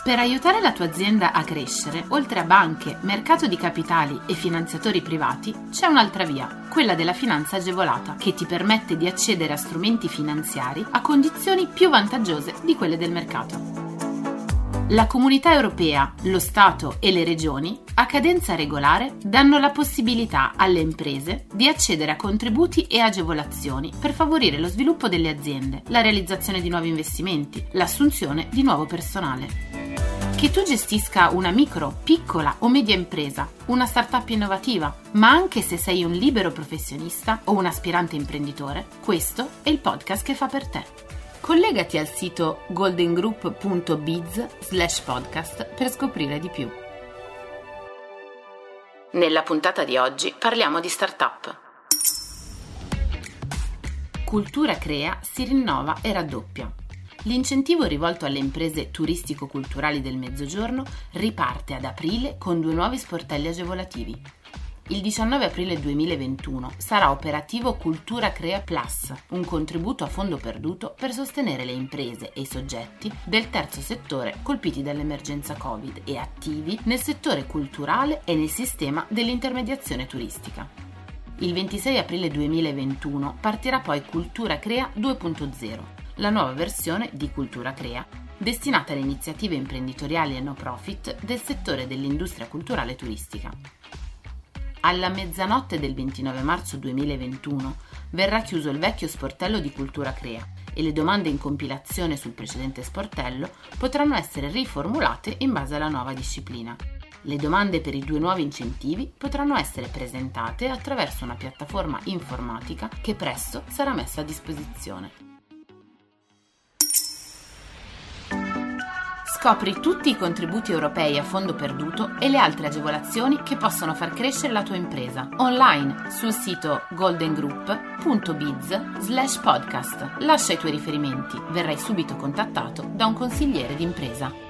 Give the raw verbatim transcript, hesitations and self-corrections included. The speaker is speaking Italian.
Per aiutare la tua azienda a crescere, oltre a banche, mercato di capitali e finanziatori privati, c'è un'altra via, quella della finanza agevolata, che ti permette di accedere a strumenti finanziari a condizioni più vantaggiose di quelle del mercato. La Comunità Europea, lo Stato e le Regioni, a cadenza regolare, danno la possibilità alle imprese di accedere a contributi e agevolazioni per favorire lo sviluppo delle aziende, la realizzazione di nuovi investimenti, l'assunzione di nuovo personale. Che tu gestisca una micro, piccola o media impresa, una startup innovativa, ma anche se sei un libero professionista o un aspirante imprenditore, questo è il podcast che fa per te. Collegati al sito goldengroup punto biz slash podcast per scoprire di più. Nella puntata di oggi parliamo di startup. Cultura Crea si rinnova e raddoppia. L'incentivo rivolto alle imprese turistico-culturali del Mezzogiorno riparte ad aprile con due nuovi sportelli agevolativi. Il diciannove aprile duemilaventuno sarà operativo Cultura Crea Plus, un contributo a fondo perduto per sostenere le imprese e i soggetti del terzo settore colpiti dall'emergenza Covid e attivi nel settore culturale e nel sistema dell'intermediazione turistica. Il ventisei aprile duemilaventuno partirà poi Cultura Crea due punto zero, la nuova versione di Cultura Crea, destinata alle iniziative imprenditoriali e no profit del settore dell'industria culturale turistica. Alla mezzanotte del ventinove marzo duemilaventuno verrà chiuso il vecchio sportello di Cultura Crea e le domande in compilazione sul precedente sportello potranno essere riformulate in base alla nuova disciplina. Le domande per i due nuovi incentivi potranno essere presentate attraverso una piattaforma informatica che presto sarà messa a disposizione. Scopri tutti i contributi europei a fondo perduto e le altre agevolazioni che possono far crescere la tua impresa online sul sito goldengroup punto biz slash podcast. Lascia i tuoi riferimenti, verrai subito contattato da un consigliere d'impresa.